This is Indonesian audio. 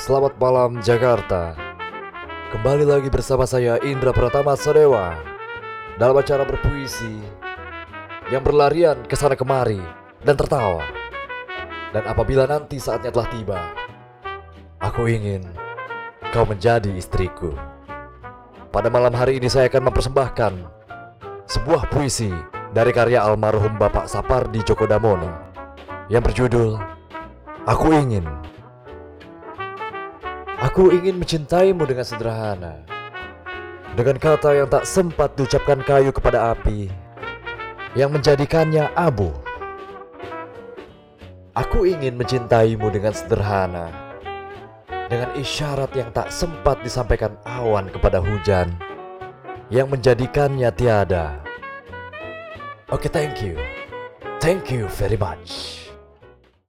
Selamat malam Jakarta. Kembali lagi bersama saya Indra Pratama Sadewa dalam acara berpuisi yang berlarian ke sana kemari dan tertawa. Dan apabila nanti saatnya telah tiba, aku ingin kau menjadi istriku. Pada malam hari ini saya akan mempersembahkan sebuah puisi dari karya almarhum Bapak Sapardi Djoko Damono yang berjudul Aku ingin mencintaimu dengan sederhana, dengan kata yang tak sempat diucapkan kayu kepada api, yang menjadikannya abu. Aku ingin mencintaimu dengan sederhana, dengan isyarat yang tak sempat disampaikan awan kepada hujan, yang menjadikannya tiada. Oke, thank you very much.